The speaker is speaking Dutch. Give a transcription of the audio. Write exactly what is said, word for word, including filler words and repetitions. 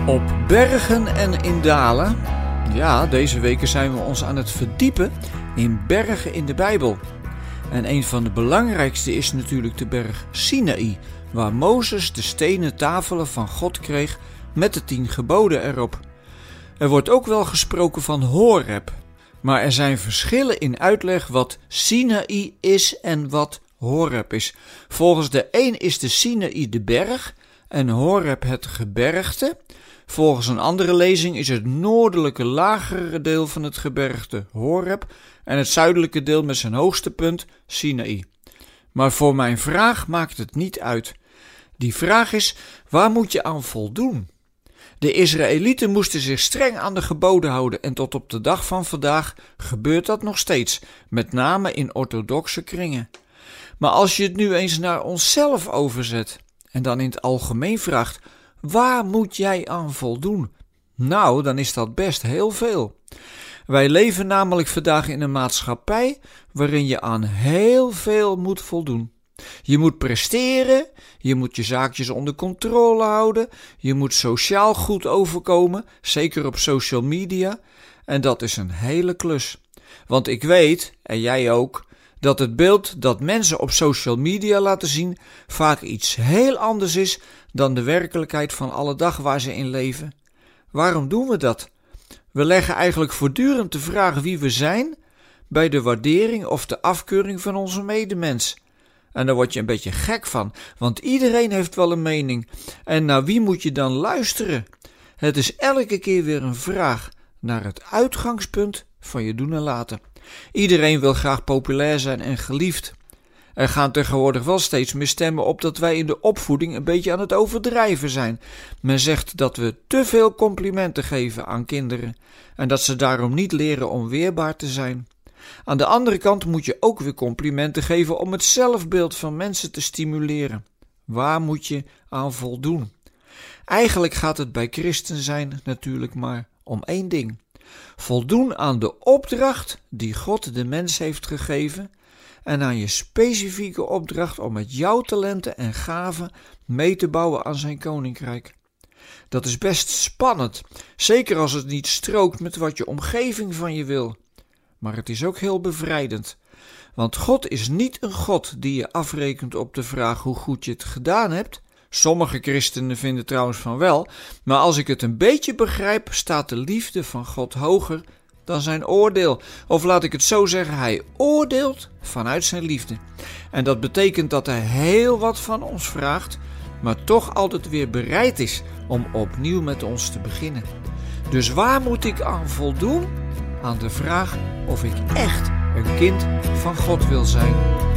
Op bergen en in dalen. Ja, deze weken zijn we ons aan het verdiepen in bergen in de Bijbel. En een van de belangrijkste is natuurlijk de berg Sinaï, waar Mozes de stenen tafelen van God kreeg met de tien geboden erop. Er wordt ook wel gesproken van Horeb, maar er zijn verschillen in uitleg wat Sinaï is en wat Horeb is. Volgens de een is de Sinaï de berg en Horeb het gebergte. Volgens een andere lezing is het noordelijke lagere deel van het gebergte Horeb en het zuidelijke deel met zijn hoogste punt Sinaï. Maar voor mijn vraag maakt het niet uit. Die vraag is, waar moet je aan voldoen? De Israëlieten moesten zich streng aan de geboden houden en tot op de dag van vandaag gebeurt dat nog steeds, met name in orthodoxe kringen. Maar als je het nu eens naar onszelf overzet en dan in het algemeen vraagt, waar moet jij aan voldoen? Nou, dan is dat best heel veel. Wij leven namelijk vandaag in een maatschappij waarin je aan heel veel moet voldoen. Je moet presteren, je moet je zaakjes onder controle houden, je moet sociaal goed overkomen, zeker op social media. En dat is een hele klus. Want ik weet, en jij ook, dat het beeld dat mensen op social media laten zien vaak iets heel anders is dan de werkelijkheid van alle dag waar ze in leven. Waarom doen we dat? We leggen eigenlijk voortdurend de vraag wie we zijn bij de waardering of de afkeuring van onze medemens. En daar word je een beetje gek van, want iedereen heeft wel een mening. En naar wie moet je dan luisteren? Het is elke keer weer een vraag naar het uitgangspunt van je doen en laten. Iedereen wil graag populair zijn en geliefd. Er gaan tegenwoordig wel steeds meer stemmen op dat wij in de opvoeding een beetje aan het overdrijven zijn. Men zegt dat we te veel complimenten geven aan kinderen en dat ze daarom niet leren om weerbaar te zijn. Aan de andere kant moet je ook weer complimenten geven om het zelfbeeld van mensen te stimuleren. Waar moet je aan voldoen? Eigenlijk gaat het bij christen zijn natuurlijk maar om één ding. Voldoen aan de opdracht die God de mens heeft gegeven en aan je specifieke opdracht om met jouw talenten en gaven mee te bouwen aan zijn koninkrijk. Dat is best spannend, zeker als het niet strookt met wat je omgeving van je wil. Maar het is ook heel bevrijdend, want God is niet een God die je afrekent op de vraag hoe goed je het gedaan hebt. Sommige christenen vinden trouwens van wel, maar als ik het een beetje begrijp, staat de liefde van God hoger dan zijn oordeel. Of laat ik het zo zeggen, hij oordeelt vanuit zijn liefde. En dat betekent dat hij heel wat van ons vraagt, maar toch altijd weer bereid is om opnieuw met ons te beginnen. Dus waar moet ik aan voldoen? Aan de vraag of ik echt een kind van God wil zijn.